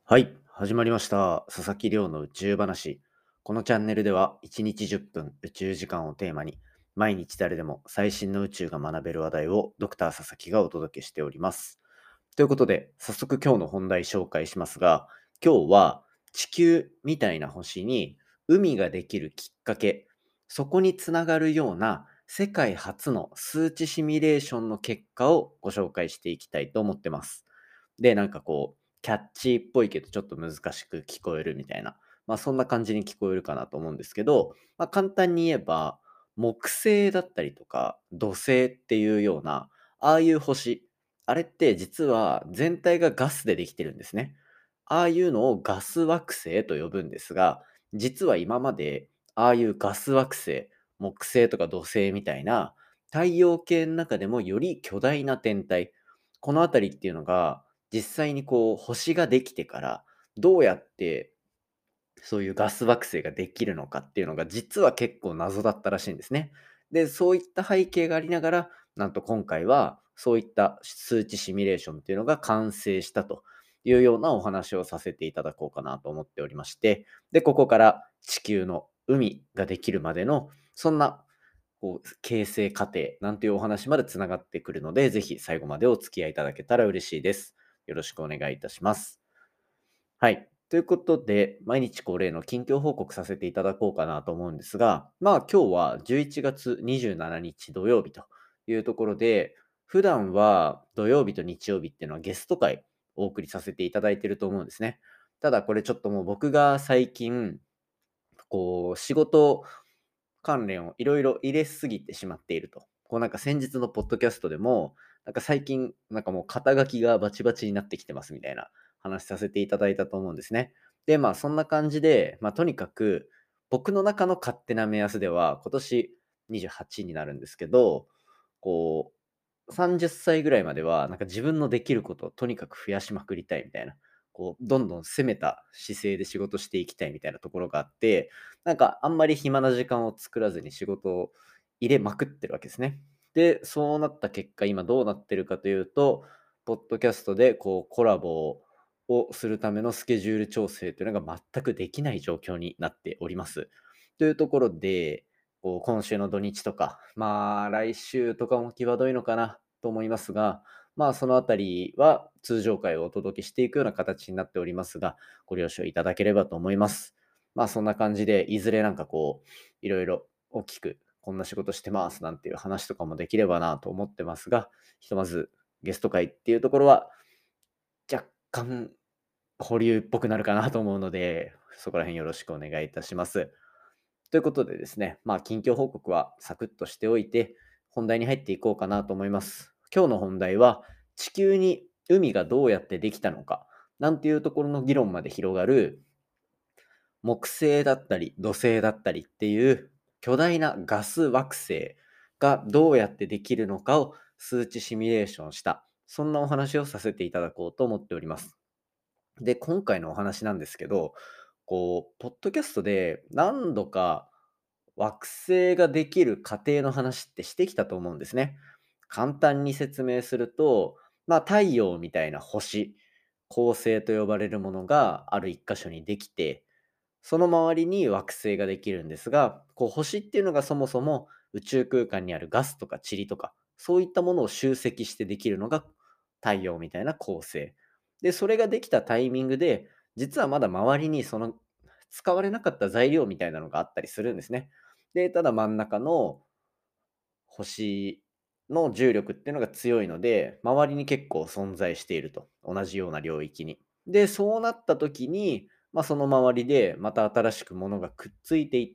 はい、始まりました。佐々木亮の宇宙話。このチャンネルでは1日10分宇宙時間をテーマに毎日誰でも最新の宇宙が学べる話題をドクター佐々木がお届けしております。ということで、早速今日の本題紹介しますが、今日は地球みたいな星に海ができるきっかけ、そこにつながるような世界初の数値シミュレーションの結果をご紹介していきたいと思ってます。で、キャッチーっぽいけどちょっと難しく聞こえるみたいな、そんな感じに聞こえるかなと思うんですけど、簡単に言えば、木星だったりとか土星っていうような、ああいう星、あれって実は全体がガスでできてるんですね。ああいうのをガス惑星と呼ぶんですが、実は今までああいうガス惑星、木星とか土星みたいな太陽系の中でもより巨大な天体、このあたりっていうのが実際に星ができてから、どうやってそういうガス惑星ができるのかっていうのが実は結構謎だったらしいんですね。で、そういった背景がありながら、なんと今回はそういった数値シミュレーションっていうのが完成したというようなお話をさせていただこうかなと思っておりまして、で、ここから地球の海ができるまでの、そんな形成過程なんていうお話までつながってくるので、ぜひ最後までお付き合いいただけたら嬉しいです。よろしくお願いいたします。はい。ということで、毎日恒例の近況報告させていただこうかなと思うんですが、今日は11月27日土曜日というところで、普段は土曜日と日曜日っていうのはゲスト会お送りさせていただいていると思うんですね。ただこれちょっともう僕が最近、仕事関連をいろいろ入れすぎてしまっていると。先日のポッドキャストでも、最近、もう肩書きがバチバチになってきてますみたいな話させていただいたと思うんですね。で、そんな感じで、とにかく僕の中の勝手な目安では、今年28になるんですけど、こ30歳ぐらいまでは、自分のできることをとにかく増やしまくりたいみたいな、どんどん攻めた姿勢で仕事していきたいみたいなところがあって、あんまり暇な時間を作らずに仕事を入れまくってるわけですね。で、そうなった結果、今どうなってるかというと、ポッドキャストでコラボをするためのスケジュール調整というのが全くできない状況になっております。というところで、今週の土日とか、来週とかも際どいのかなと思いますが、そのあたりは通常回をお届けしていくような形になっておりますが、ご了承いただければと思います。そんな感じで、いずれいろいろ大きく、こんな仕事してますなんていう話とかもできればなと思ってますが、ひとまずゲスト会っていうところは、若干保留っぽくなるかなと思うので、そこら辺よろしくお願いいたします。ということでですね、近況報告はサクッとしておいて、本題に入っていこうかなと思います。今日の本題は、地球に海がどうやってできたのか、なんていうところの議論まで広がる、木星だったり土星だったりっていう巨大なガス惑星がどうやってできるのかを数値シミュレーションした、そんなお話をさせていただこうと思っております。で、今回のお話なんですけど、ポッドキャストで何度か惑星ができる過程の話ってしてきたと思うんですね。簡単に説明すると、太陽みたいな星、恒星と呼ばれるものがある一箇所にできて、その周りに惑星ができるんですが、星っていうのがそもそも宇宙空間にあるガスとか塵とか、そういったものを集積してできるのが太陽みたいな恒星。で、それができたタイミングで、実はまだ周りにその使われなかった材料みたいなのがあったりするんですね。で、ただ真ん中の星の重力っていうのが強いので、周りに結構存在していると。同じような領域に。で、そうなった時に、その周りでまた新しくものがくっついていって、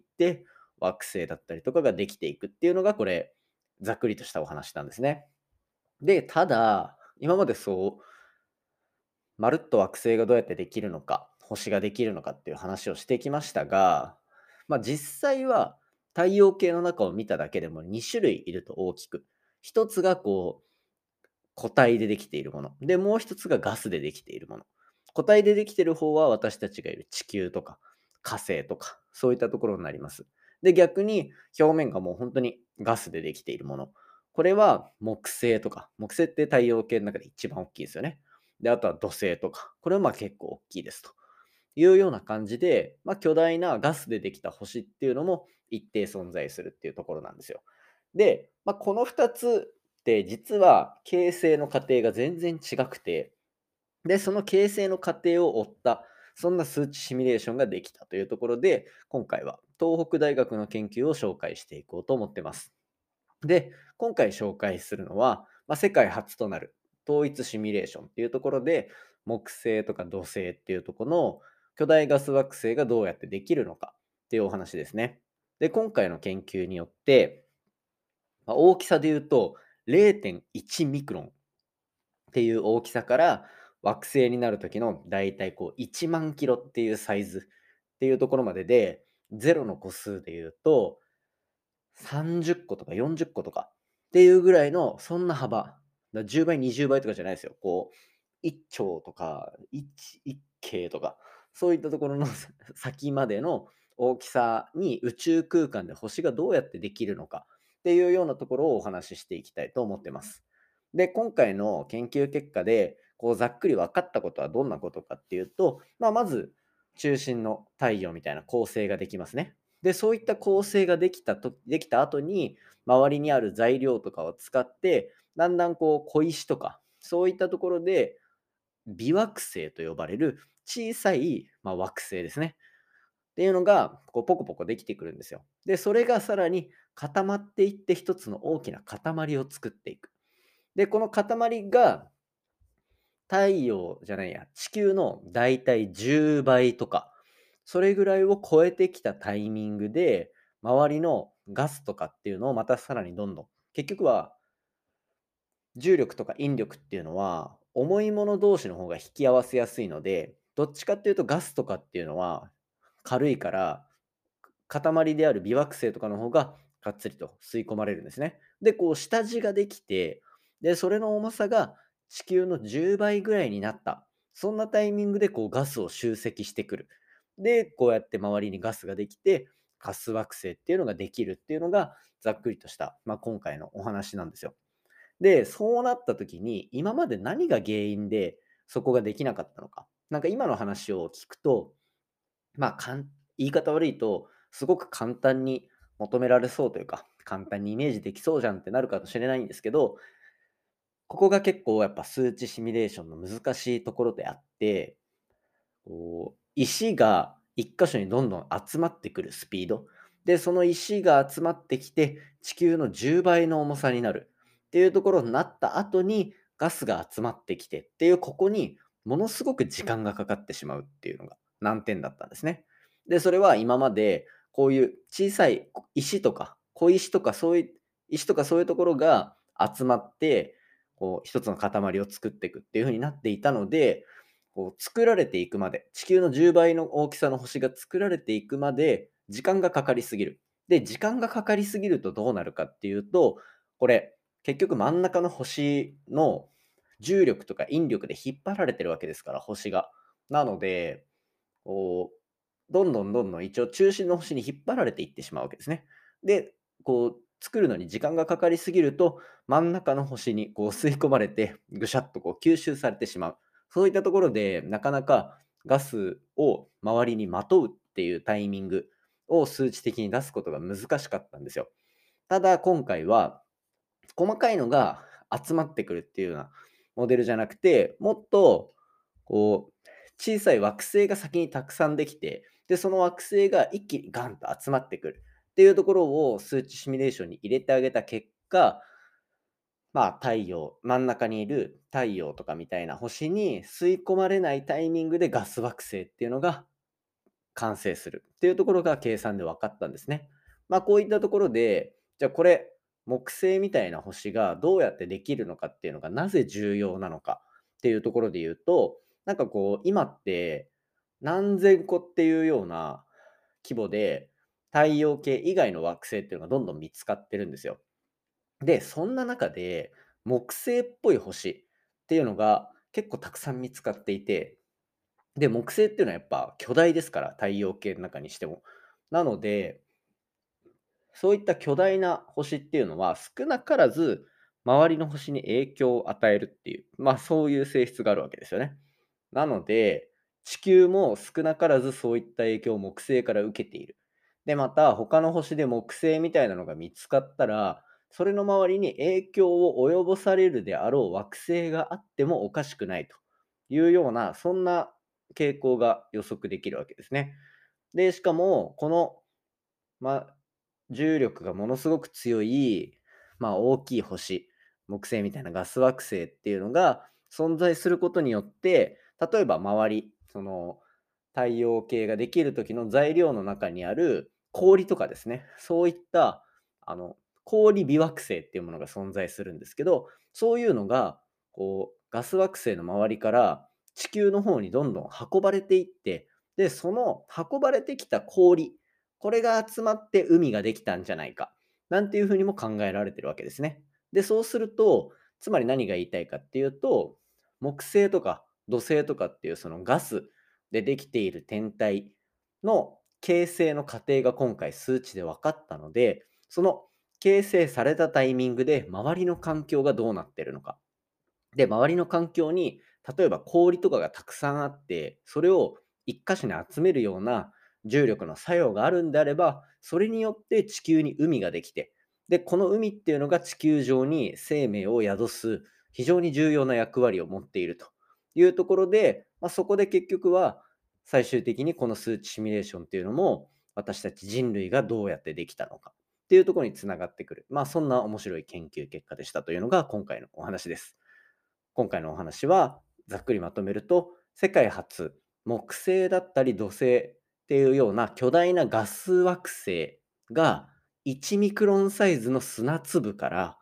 惑星だったりとかができていくっていうのが、これ、ざっくりとしたお話なんですね。で、ただ、今までまるっと惑星がどうやってできるのか、星ができるのかっていう話をしてきましたが、実際は太陽系の中を見ただけでも2種類いると大きく。一つが固体でできているもの。で、もう一つがガスでできているもの。固体でできている方は私たちがいる地球とか火星とか、そういったところになります。で、逆に表面がもう本当にガスでできているもの。これは木星とか、木星って太陽系の中で一番大きいですよね。 で、あとは土星とか、これは結構大きいですというような感じで、巨大なガスでできた星っていうのも一定存在するっていうところなんですよ。で、この2つって実は形成の過程が全然違くて、で、その形成の過程を追った、そんな数値シミュレーションができたというところで、今回は東北大学の研究を紹介していこうと思ってます。で、今回紹介するのは、世界初となる統一シミュレーションっていうところで、木星とか土星っていうところの巨大ガス惑星がどうやってできるのかっていうお話ですね。で、今回の研究によって、大きさで言うと0.1ミクロンっていう大きさから惑星になる時のだいたい1万キロっていうサイズっていうところまでで、0の個数で言うと30個とか40個とかっていうぐらいのそんな幅。10倍、20倍とかじゃないですよ。1兆とか1京とか、そういったところの先までの大きさに宇宙空間で星がどうやってできるのかっていうようなところをお話ししていきたいと思ってます。で、今回の研究結果で、ざっくり分かったことはどんなことかっていうと、まず中心の太陽みたいな構成ができますね。で、そういった構成ができた後に、周りにある材料とかを使って、だんだん小石とか、そういったところで微惑星と呼ばれる小さい、惑星ですね。っていうのが、ポコポコできてくるんですよ。で、それがさらに固まっていって一つの大きな塊を作っていく。で、この塊が太陽じゃないや、地球のだいたい10倍とか、それぐらいを超えてきたタイミングで、周りのガスとかっていうのをまたさらにどんどん、結局は重力とか引力っていうのは、重いもの同士の方が引き合わせやすいので、どっちかっていうとガスとかっていうのは軽いから、塊である微惑星とかの方ががっつりと吸い込まれるんですね。で、下地ができて、で、それの重さが地球の10倍ぐらいになった。そんなタイミングでガスを集積してくる。で、こうやって周りにガスができて、ガス惑星っていうのができるっていうのが、ざっくりとした、今回のお話なんですよ。で、そうなった時に、今まで何が原因でそこができなかったのか。なんか今の話を聞くと、まあ、かん言い方悪いと、すごく簡単に求められそうというか、簡単にイメージできそうじゃんってなるかもしれないんですけど、ここが結構やっぱ数値シミュレーションの難しいところであって、石が一箇所にどんどん集まってくるスピード。で、その石が集まってきて、地球の10倍の重さになるっていうところになった後に、ガスが集まってきてっていう、ここにものすごく時間がかかってしまうっていうのが難点だったんですね。で、それは今までこういう小さい石とか、小石とかそういう石とかそういうところが集まって、一つの塊を作っていくっていう風になっていたので、作られていくまで、地球の10倍の大きさの星が作られていくまで、時間がかかりすぎる。で、時間がかかりすぎるとどうなるかっていうと、これ、結局真ん中の星の重力とか引力で引っ張られてるわけですから、星が。なので、どんどんどんどん一応中心の星に引っ張られていってしまうわけですね。で、作るのに時間がかかりすぎると、真ん中の星に吸い込まれて、ぐしゃっと吸収されてしまう。そういったところで、なかなかガスを周りにまとうっていうタイミングを数値的に出すことが難しかったんですよ。ただ今回は、細かいのが集まってくるっていうようなモデルじゃなくて、もっと小さい惑星が先にたくさんできて、で、その惑星が一気にガンと集まってくるっていうところを数値シミュレーションに入れてあげた結果、太陽、真ん中にいる太陽とかみたいな星に吸い込まれないタイミングでガス惑星っていうのが完成するっていうところが計算で分かったんですね。こういったところで、じゃあこれ、木星みたいな星がどうやってできるのかっていうのがなぜ重要なのかっていうところで言うと、なんか今って何千個っていうような規模で太陽系以外の惑星っていうのがどんどん見つかってるんですよ。で、そんな中で木星っぽい星っていうのが結構たくさん見つかっていて、で、木星っていうのはやっぱ巨大ですから、太陽系の中にしても。なので、そういった巨大な星っていうのは少なからず周りの星に影響を与えるっていう、そういう性質があるわけですよね。なので、地球も少なからずそういった影響を木星から受けている。で、また他の星で木星みたいなのが見つかったら、それの周りに影響を及ぼされるであろう惑星があってもおかしくないというような、そんな傾向が予測できるわけですね。で、しかも、このま、重力がものすごく強い、大きい星、木星みたいなガス惑星っていうのが存在することによって、例えば周り、太陽系ができる時の材料の中にある氷とかですね、そういった氷微惑星っていうものが存在するんですけど、そういうのがガス惑星の周りから地球の方にどんどん運ばれていって、で、その運ばれてきた氷、これが集まって海ができたんじゃないか、なんていうふうにも考えられてるわけですね。で、そうすると、つまり何が言いたいかっていうと、木星とか土星とかっていうそのガスでできている天体の形成の過程が今回数値で分かったので、その形成されたタイミングで周りの環境がどうなってるのか。で、周りの環境に、例えば氷とかがたくさんあって、それを一箇所に集めるような重力の作用があるんであれば、それによって地球に海ができて、で、この海っていうのが地球上に生命を宿す非常に重要な役割を持っているというところで、そこで結局は最終的にこの数値シミュレーションっていうのも、私たち人類がどうやってできたのかっていうところにつながってくる。そんな面白い研究結果でしたというのが今回のお話です。今回のお話は、ざっくりまとめると、世界初、木星だったり土星っていうような巨大なガス惑星が1ミクロンサイズの砂粒から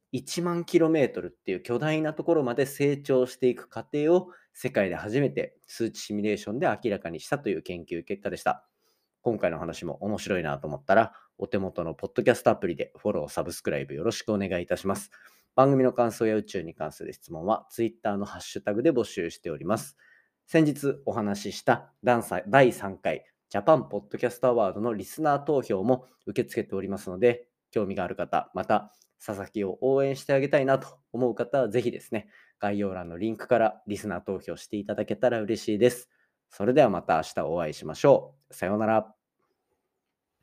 1万キロメートルっていう巨大なところまで成長していく過程を世界で初めて数値シミュレーションで明らかにしたという研究結果でした。今回の話も面白いなと思ったら、お手元のポッドキャストアプリでフォロー、サブスクライブよろしくお願いいたします。番組の感想や宇宙に関する質問は Twitter のハッシュタグで募集しております。先日お話しした第3回ジャパンポッドキャストアワードのリスナー投票も受け付けておりますので、興味がある方、また佐々木を応援してあげたいなと思う方はぜひですね、概要欄のリンクからリスナー投票していただけたら嬉しいです。それではまた明日お会いしましょう。さようなら。